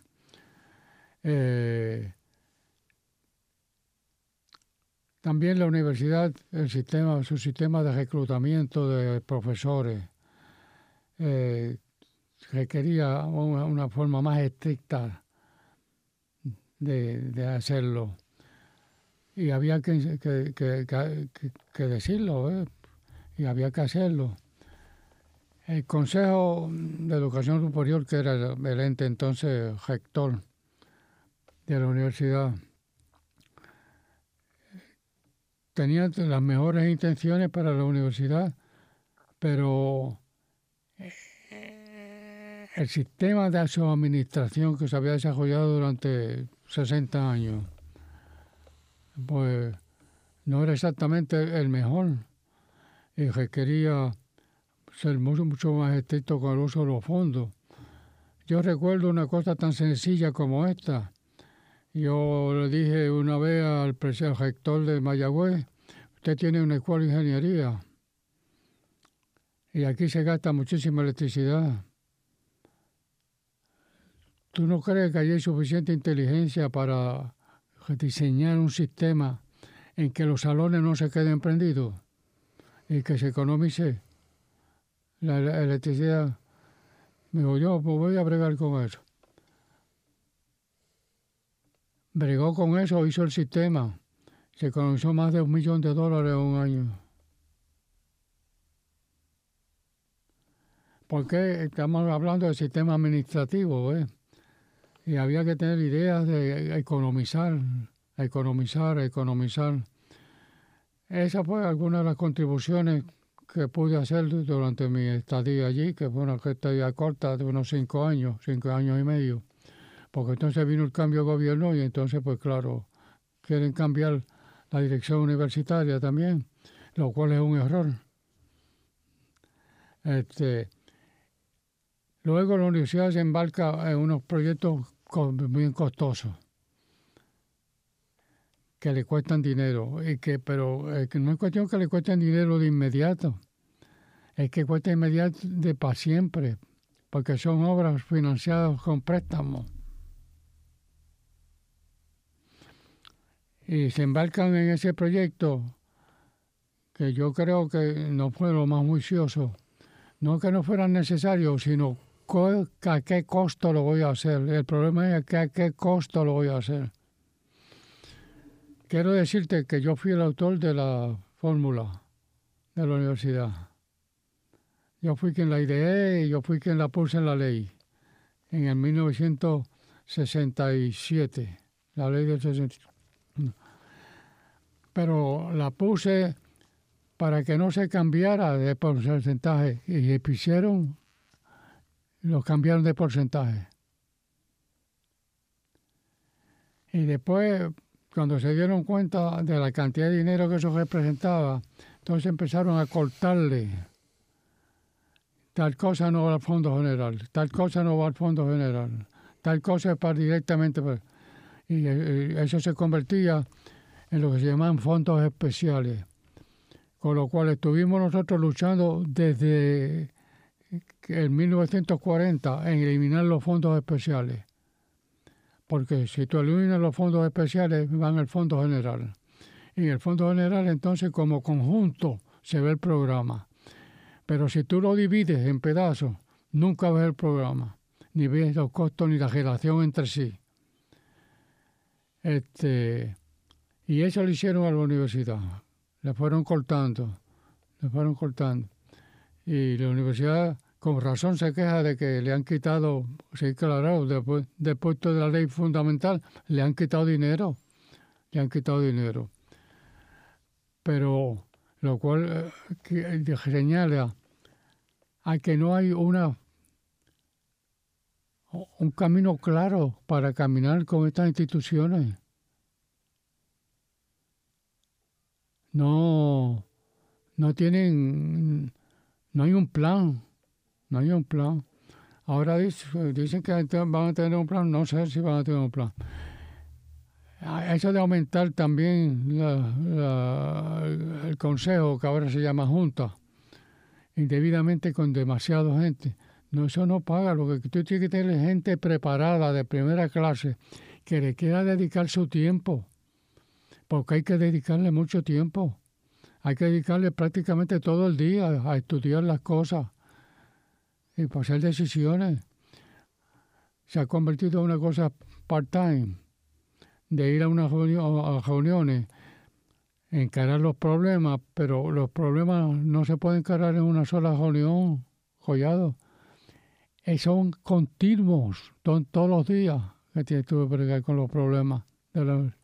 Eh, también la universidad, el sistema, su sistema de reclutamiento de profesores eh, requería una, una forma más estricta de, de hacerlo. Y había que, que, que, que, que decirlo, ¿eh? Y había que hacerlo. El Consejo de Educación Superior, que era el ente entonces rector de la universidad, tenía las mejores intenciones para la universidad, pero el sistema de su administración que se había desarrollado durante sesenta años, pues no era exactamente el mejor y requería ser mucho, mucho más estricto con el uso de los fondos. Yo recuerdo una cosa tan sencilla como esta. Yo le dije una vez al presidente rector de Mayagüez, usted tiene una escuela de ingeniería y aquí se gasta muchísima electricidad. ¿Tú no crees que hay suficiente inteligencia para diseñar un sistema en que los salones no se queden prendidos y que se economice la, la electricidad? Me dijo, yo pues voy a bregar con eso. Bregó con eso, hizo el sistema. Se economizó más de un millón de dólares en un año. Porque estamos hablando del sistema administrativo, ¿eh? Y había que tener ideas de economizar, economizar, economizar. Esa fue alguna de las contribuciones que pude hacer durante mi estadía allí, que fue una estadía corta de unos cinco años, cinco años y medio. Porque entonces vino el cambio de gobierno y entonces, pues claro, quieren cambiar la dirección universitaria también, lo cual es un error. Este, luego la universidad se embarca en unos proyectos muy costosos que le cuestan dinero, y que, pero eh, que no es cuestión que le cuesten dinero de inmediato, es que cuesta inmediato de para siempre, porque son obras financiadas con préstamos. Y se embarcan en ese proyecto que yo creo que no fue lo más juicioso. No que no fuera necesario, sino a qué costo lo voy a hacer. El problema es que a qué costo lo voy a hacer. Quiero decirte que yo fui el autor de la fórmula de la universidad. Yo fui quien la ideé y yo fui quien la puse en la ley en el mil novecientos sesenta y siete, la ley del sesenta y siete. Pero la puse para que no se cambiara de porcentaje y hicieron, lo cambiaron de porcentaje. Y después, cuando se dieron cuenta de la cantidad de dinero que eso representaba, entonces empezaron a cortarle. Tal cosa no va al Fondo General, tal cosa no va al Fondo General, tal cosa es para directamente para... Y eso se convertía en lo que se llaman fondos especiales, con lo cual estuvimos nosotros luchando desde el mil novecientos cuarenta en eliminar los fondos especiales, porque si tú eliminas los fondos especiales van al Fondo General, y en el Fondo General entonces como conjunto se ve el programa, pero si tú lo divides en pedazos nunca ves el programa, ni ves los costos ni la relación entre sí. Este, y eso lo hicieron a la universidad. Le fueron cortando, le fueron cortando. Y la universidad, con razón, se queja de que le han quitado, sí, claro, después, después de la ley fundamental, le han quitado dinero, le han quitado dinero. Pero lo cual eh, que señala a que no hay una un camino claro para caminar con estas instituciones. No, no tienen, no hay un plan, no hay un plan. Ahora dicen, dicen que van a tener un plan, no sé si van a tener un plan. Eso de aumentar también la, la, el consejo, que ahora se llama junta, indebidamente con demasiada gente, No, eso no paga. Lo que tú tienes que tener gente preparada de primera clase que le quiera dedicar su tiempo. Porque hay que dedicarle mucho tiempo. Hay que dedicarle prácticamente todo el día a estudiar las cosas y para hacer decisiones. Se ha convertido en una cosa part-time, de ir a unas reuniones, encarar los problemas, pero los problemas no se pueden encarar en una sola reunión, Collado. Y son continuos, son todos los días que tienes que bregar con los problemas. De la,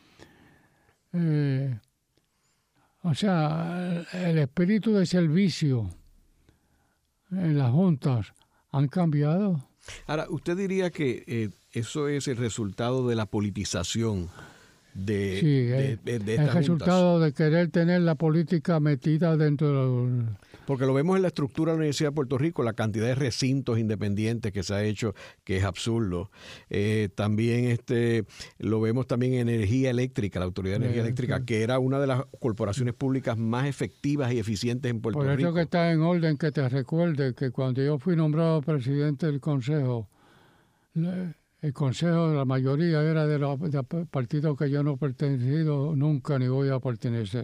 eh, o sea, el espíritu de servicio en las juntas han cambiado. Ahora, ¿usted diría que eh, eso es el resultado de la politización de, sí, de, de, de estas el resultado juntas? De querer tener la política metida dentro de los... Porque lo vemos en la estructura de la Universidad de Puerto Rico, la cantidad de recintos independientes que se ha hecho, que es absurdo. Eh, también este lo vemos también en energía eléctrica, la Autoridad de Energía sí, Eléctrica, sí. que era una de las corporaciones públicas más efectivas y eficientes en Puerto Por eso Rico. que está en orden que te recuerde que cuando yo fui nombrado presidente del Consejo, el Consejo, la mayoría era de los de partidos que yo no he pertenecido nunca ni voy a pertenecer.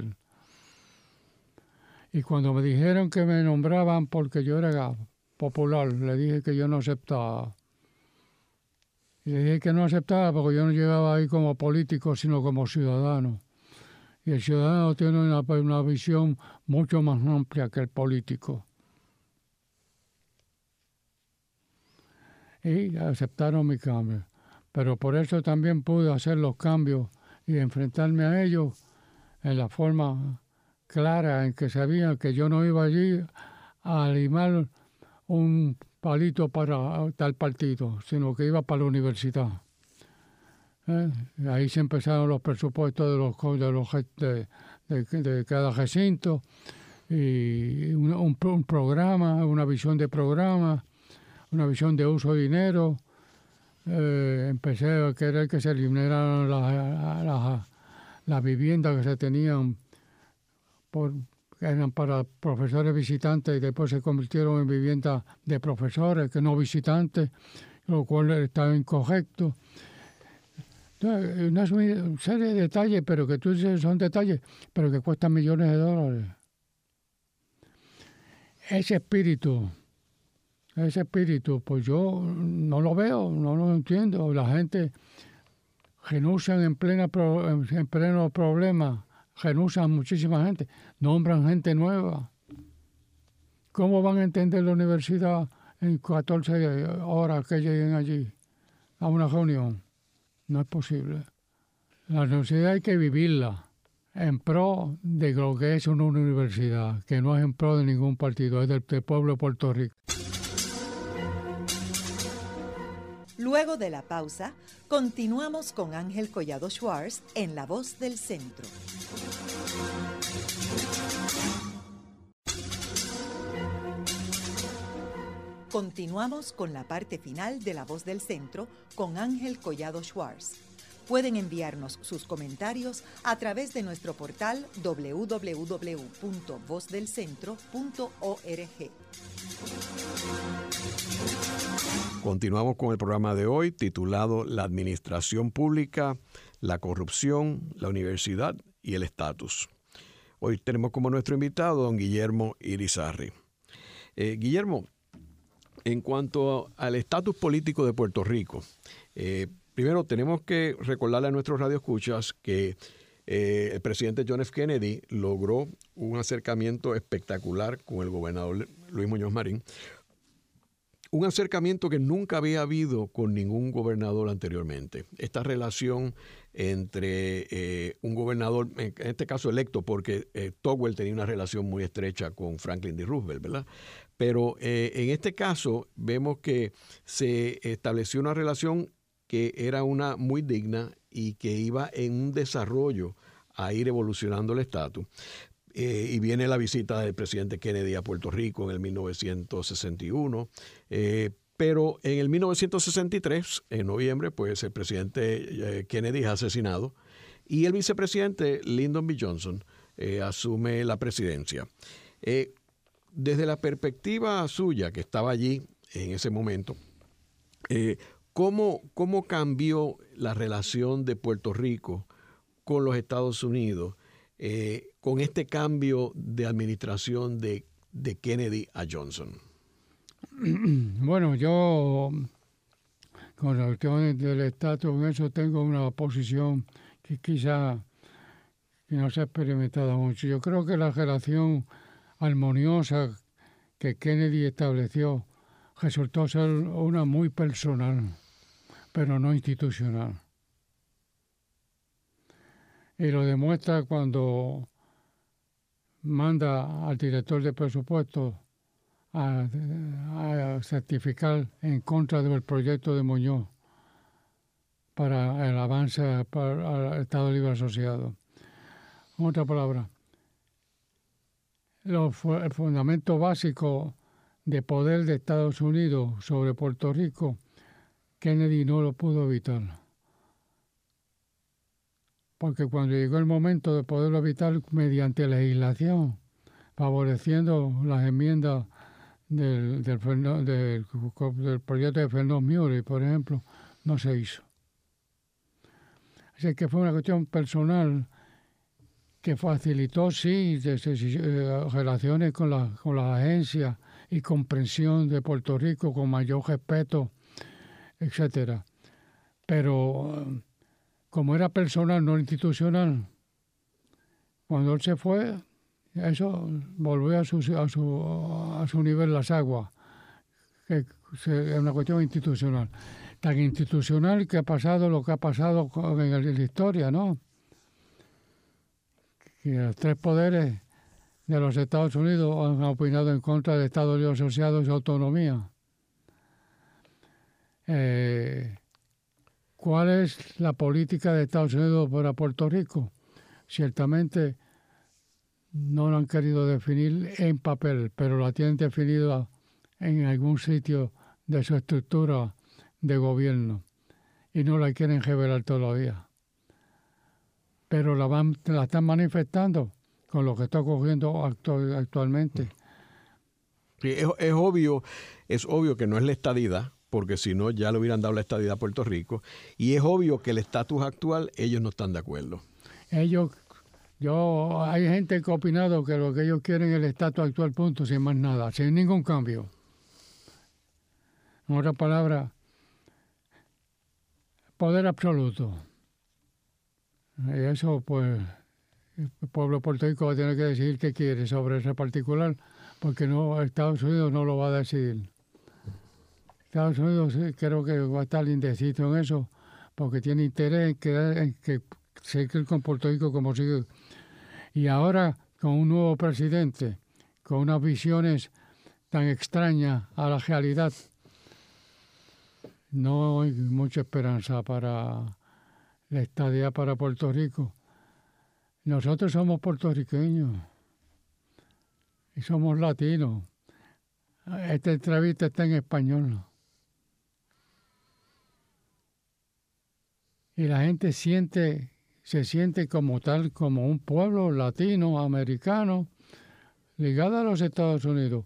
Y cuando me dijeron que me nombraban porque yo era popular, le dije que yo no aceptaba. Y le dije que no aceptaba porque yo no llegaba ahí como político, sino como ciudadano. Y el ciudadano tiene una, una visión mucho más amplia que el político. Y aceptaron mi cambio. Pero por eso también pude hacer los cambios y enfrentarme a ellos en la forma clara en que sabían que yo no iba allí a limar un palito para tal partido, sino que iba para la universidad. ¿Eh? Ahí se empezaron los presupuestos de los de, los, de, de, de cada recinto y un, un, un programa, una visión de programa, una visión de uso de dinero. Eh, empecé a querer que se eliminaran las, las, las viviendas que se tenían por, que eran para profesores visitantes y después se convirtieron en viviendas de profesores que no visitantes, lo cual estaba incorrecto. Entonces, una serie de detalles, pero que tú dices son detalles, pero que cuestan millones de dólares. Ese espíritu, ese espíritu, pues yo no lo veo, no lo entiendo. La gente renuncian en, plena pro, en pleno problema, renuncian muchísima gente, nombran gente nueva. ¿Cómo van a entender la universidad en catorce horas que lleguen allí a una reunión? No es posible. La universidad hay que vivirla en pro de lo que es una universidad, que no es en pro de ningún partido, es del, del pueblo de Puerto Rico. Luego de la pausa, continuamos con Ángel Collado Schwartz en La Voz del Centro. Continuamos con la parte final de La Voz del Centro con Ángel Collado Schwartz. Pueden enviarnos sus comentarios a través de nuestro portal doble u doble u doble u punto voz del centro punto org. Continuamos con el programa de hoy titulado La Administración Pública, la Corrupción, la Universidad y el Estatus. Hoy tenemos como nuestro invitado don Guillermo Irizarry. Eh, Guillermo, en cuanto al estatus político de Puerto Rico, eh, primero tenemos que recordarle a nuestros radioescuchas que eh, el presidente John F. Kennedy logró un acercamiento espectacular con el gobernador Luis Muñoz Marín, un acercamiento que nunca había habido con ningún gobernador anteriormente. Esta relación entre eh, un gobernador, en este caso electo, porque eh, Tocqueville tenía una relación muy estrecha con Franklin D. Roosevelt, ¿verdad? Pero eh, en este caso vemos que se estableció una relación que era una muy digna y que iba en un desarrollo a ir evolucionando el estatus. Eh, y viene la visita del presidente Kennedy a Puerto Rico en el mil novecientos sesenta y uno. Eh, pero en el mil novecientos sesenta y tres, en noviembre, pues el presidente eh, Kennedy es asesinado y el vicepresidente Lyndon B. Johnson eh, asume la presidencia. Eh, desde la perspectiva suya, que estaba allí en ese momento. Eh, ¿cómo, ¿Cómo cambió la relación de Puerto Rico con los Estados Unidos eh, con este cambio de administración de, de Kennedy a Johnson? Bueno, yo con la cuestión del estatus, en eso tengo una posición que quizá que no se ha experimentado mucho. Yo creo que la relación armoniosa que Kennedy estableció resultó ser una muy personal, pero no institucional. Y lo demuestra cuando manda al director de presupuesto a, a certificar en contra del proyecto de Muñoz para el avance para el Estado Libre Asociado. En otra palabra, lo, el fundamento básico de poder de Estados Unidos sobre Puerto Rico, Kennedy no lo pudo evitar. Porque cuando llegó el momento de poderlo evitar mediante legislación, favoreciendo las enmiendas del, del, del, del proyecto de Fernando Muir, por ejemplo, no se hizo. Así que fue una cuestión personal que facilitó, sí, de, de, de, relaciones con, la, con las agencias y comprensión de Puerto Rico con mayor respeto, etcétera. Pero como era personal, no institucional, cuando él se fue, eso volvió a su, a su, a su nivel las aguas, que es una cuestión institucional. Tan institucional que ha pasado lo que ha pasado en la historia, ¿no? Que los tres poderes de los Estados Unidos han opinado en contra del Estado Libre Asociado y su autonomía. Eh, ¿Cuál es la política de Estados Unidos para Puerto Rico? Ciertamente no lo han querido definir en papel, pero la tienen definida en algún sitio de su estructura de gobierno y no la quieren revelar todavía. Pero la, van, la están manifestando con lo que está ocurriendo actual, actualmente. Sí, es, es obvio, es obvio que no es la estadidad, porque si no ya le hubieran dado la estadidad a Puerto Rico, y es obvio que el estatus actual ellos no están de acuerdo. Ellos, yo, hay gente que ha opinado que lo que ellos quieren es el estatus actual, punto, sin más nada, sin ningún cambio. En otras palabras, poder absoluto. Y eso, pues, el pueblo de Puerto Rico va a tener que decidir qué quiere sobre ese particular, porque no Estados Unidos no lo va a decidir. Estados Unidos sí, creo que va a estar indeciso en eso, porque tiene interés en que, en que seguir con Puerto Rico como sigue. Y ahora, con un nuevo presidente, con unas visiones tan extrañas a la realidad, no hay mucha esperanza para la estadía para Puerto Rico. Nosotros somos puertorriqueños y somos latinos. Esta entrevista está en español. Y la gente siente, se siente como tal, como un pueblo latino, americano, ligado a los Estados Unidos.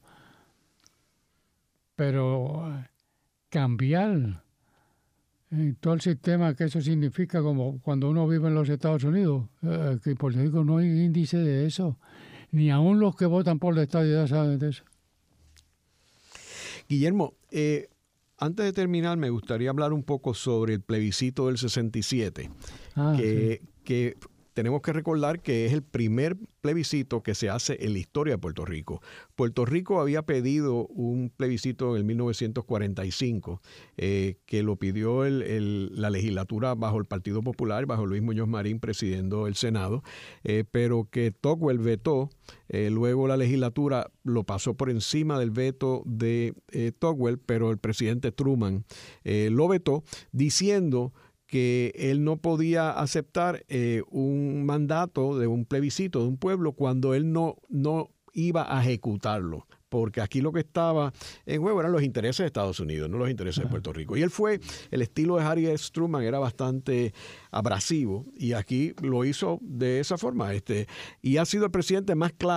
Pero cambiar en todo el sistema que eso significa, como cuando uno vive en los Estados Unidos, eh, que en Puerto Rico no hay índice de eso, ni aún los que votan por la estadidad saben de eso. Guillermo, eh, antes de terminar me gustaría hablar un poco sobre el plebiscito del sesenta y siete, ah, que, sí. que tenemos que recordar que es el primer plebiscito que se hace en la historia de Puerto Rico. Puerto Rico había pedido un plebiscito en el mil novecientos cuarenta y cinco, eh, que lo pidió el, el, la legislatura bajo el Partido Popular, bajo Luis Muñoz Marín presidiendo el Senado, eh, pero que Tocqueville vetó. Eh, luego la legislatura lo pasó por encima del veto de eh, Tocqueville, pero el presidente Truman eh, lo vetó, diciendo que él no podía aceptar eh, un mandato de un plebiscito de un pueblo cuando él no, no iba a ejecutarlo. Porque aquí lo que estaba en juego eran los intereses de Estados Unidos, no los intereses de Puerto Rico. Y él fue, el estilo de Harry S. Truman era bastante abrasivo y aquí lo hizo de esa forma. Este, y ha sido el presidente más claro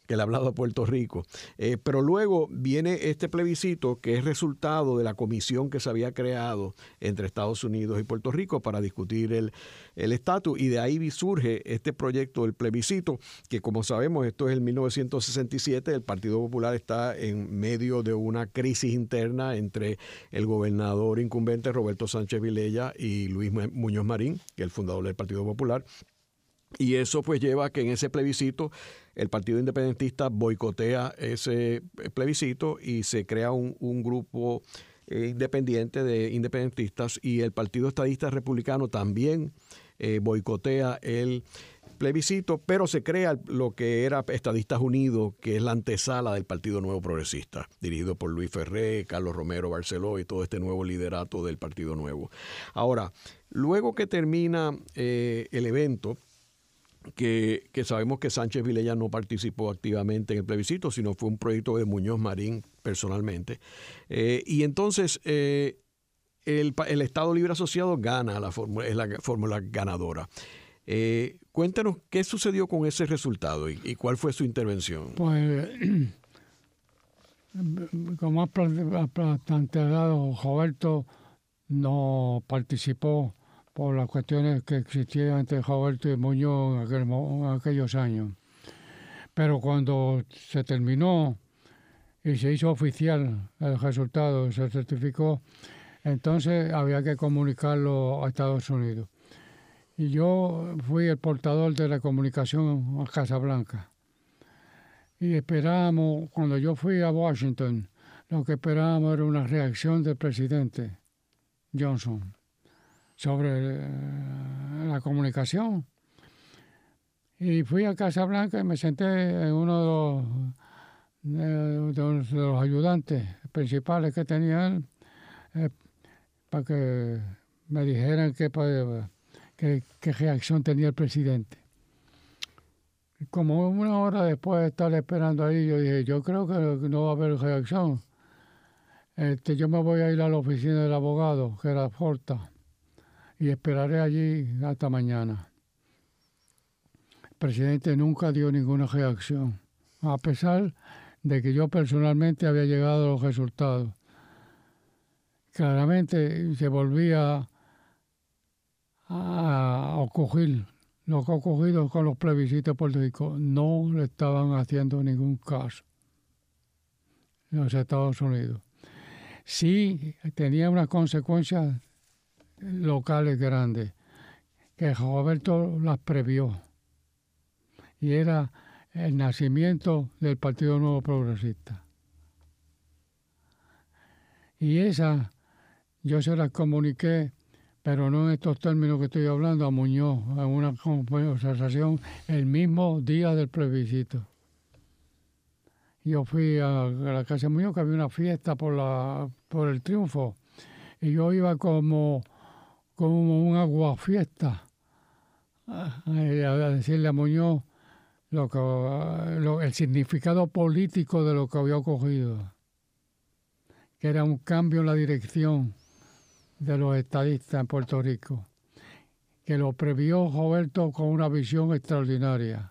que le ha hablado a Puerto Rico. Eh, pero luego viene este plebiscito que es resultado de la comisión que se había creado entre Estados Unidos y Puerto Rico para discutir el el estatus, y de ahí surge este proyecto del plebiscito, que como sabemos esto es el mil novecientos sesenta y siete, el Partido Popular está en medio de una crisis interna entre el gobernador incumbente Roberto Sánchez Vilella y Luis Muñoz Marín, que es el fundador del Partido Popular. Y eso pues lleva a que en ese plebiscito el Partido Independentista boicotea ese plebiscito y se crea un, un grupo eh, independiente de independentistas, y el Partido Estadista Republicano también eh, boicotea el plebiscito, pero se crea lo que era Estadistas Unidos, que es la antesala del Partido Nuevo Progresista, dirigido por Luis Ferré, Carlos Romero Barceló y todo este nuevo liderato del Partido Nuevo. Ahora, luego que termina eh, el evento, Que, que sabemos que Sánchez Vilella no participó activamente en el plebiscito, sino fue un proyecto de Muñoz Marín personalmente. Eh, y entonces eh, el, el Estado Libre Asociado gana, la fórmula, es la fórmula ganadora. Eh, cuéntanos qué sucedió con ese resultado y, y cuál fue su intervención. Pues, como ha planteado, Roberto no participó por las cuestiones que existían entre Roberto y Muñoz en, aquel, en aquellos años. Pero cuando se terminó y se hizo oficial el resultado, se certificó, entonces había que comunicarlo a Estados Unidos. Y yo fui el portador de la comunicación a Casablanca. Y esperábamos, cuando yo fui a Washington, lo que esperábamos era una reacción del presidente Johnson sobre la comunicación. Y fui a Casablanca y me senté en uno de los, de los, de los ayudantes principales que tenía él, eh, para que me dijeran qué, qué, qué reacción tenía el presidente. Y como una hora después de estar esperando ahí, yo dije, yo creo que no va a haber reacción. Este, yo me voy a ir a la oficina del abogado, que era Forta, y esperaré allí hasta mañana. El presidente nunca dio ninguna reacción, a pesar de que yo personalmente había llegado a los resultados. Claramente se volvía a ocurrir lo que ha ocurrido con los plebiscitos de Puerto Rico. No le estaban haciendo ningún caso en los Estados Unidos. Sí tenía unas consecuencias locales grandes, que Roberto las previó, y era el nacimiento del Partido Nuevo Progresista. Y esa yo se las comuniqué, pero no en estos términos que estoy hablando, a Muñoz, en una conversación el mismo día del plebiscito. Yo fui a la casa de Muñoz, que había una fiesta por, la, por el triunfo, y yo iba como como un aguafiesta a, a decirle a Muñoz lo que, lo, el significado político de lo que había ocurrido, que era un cambio en la dirección de los estadistas en Puerto Rico, que lo previó Roberto con una visión extraordinaria.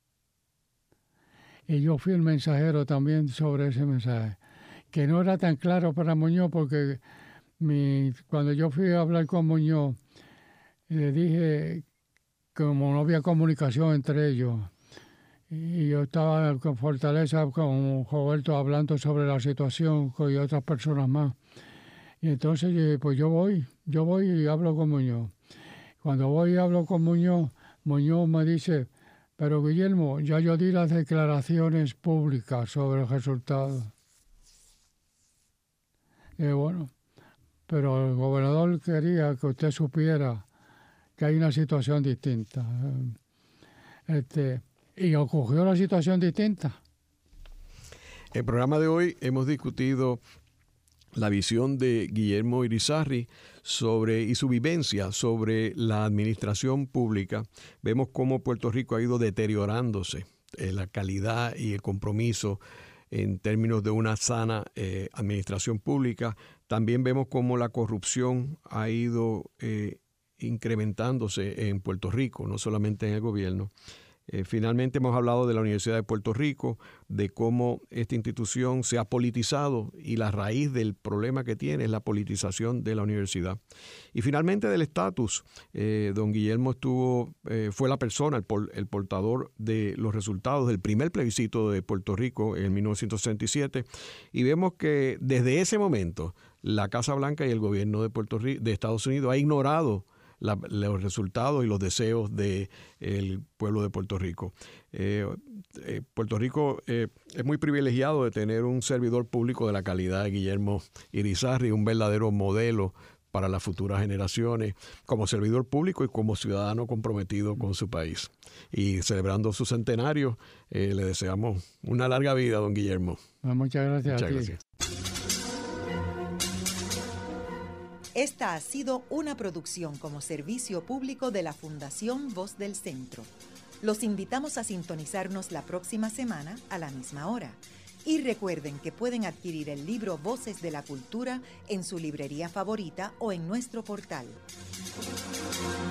Y yo fui el mensajero también sobre ese mensaje, que no era tan claro para Muñoz, porque Mi, cuando yo fui a hablar con Muñoz, le dije que como no había comunicación entre ellos, y yo estaba con Fortaleza con Roberto hablando sobre la situación con otras personas más. Y entonces yo dije, pues yo voy, yo voy y hablo con Muñoz. Cuando voy y hablo con Muñoz, Muñoz me dice, pero Guillermo, ya yo di las declaraciones públicas sobre el resultado. Y bueno, pero el gobernador quería que usted supiera que hay una situación distinta. Este, y ocurrió la situación distinta. En el programa de hoy hemos discutido la visión de Guillermo Irizarry sobre, y su vivencia sobre la administración pública. Vemos cómo Puerto Rico ha ido deteriorándose en la calidad y el compromiso en términos de una sana eh, administración pública. También vemos cómo la corrupción ha ido eh, incrementándose en Puerto Rico, no solamente en el gobierno. Eh, finalmente hemos hablado de la Universidad de Puerto Rico, de cómo esta institución se ha politizado y la raíz del problema que tiene es la politización de la universidad. Y finalmente del estatus. Eh, don Guillermo estuvo, eh, fue la persona, el, por, el portador de los resultados del primer plebiscito de Puerto Rico en mil novecientos sesenta y siete, y vemos que desde ese momento la Casa Blanca y el gobierno de Puerto Rico, de Estados Unidos, ha ignorado La, los resultados y los deseos del pueblo de Puerto Rico. Eh, eh, Puerto Rico eh, es muy privilegiado de tener un servidor público de la calidad de Guillermo Irizarry, un verdadero modelo para las futuras generaciones, como servidor público y como ciudadano comprometido con su país. Y celebrando su centenario, eh, le deseamos una larga vida, don Guillermo. Bueno, muchas gracias. Muchas a ti. gracias. Esta ha sido una producción como servicio público de la Fundación Voz del Centro. Los invitamos a sintonizarnos la próxima semana a la misma hora. Y recuerden que pueden adquirir el libro Voces de la Cultura en su librería favorita o en nuestro portal.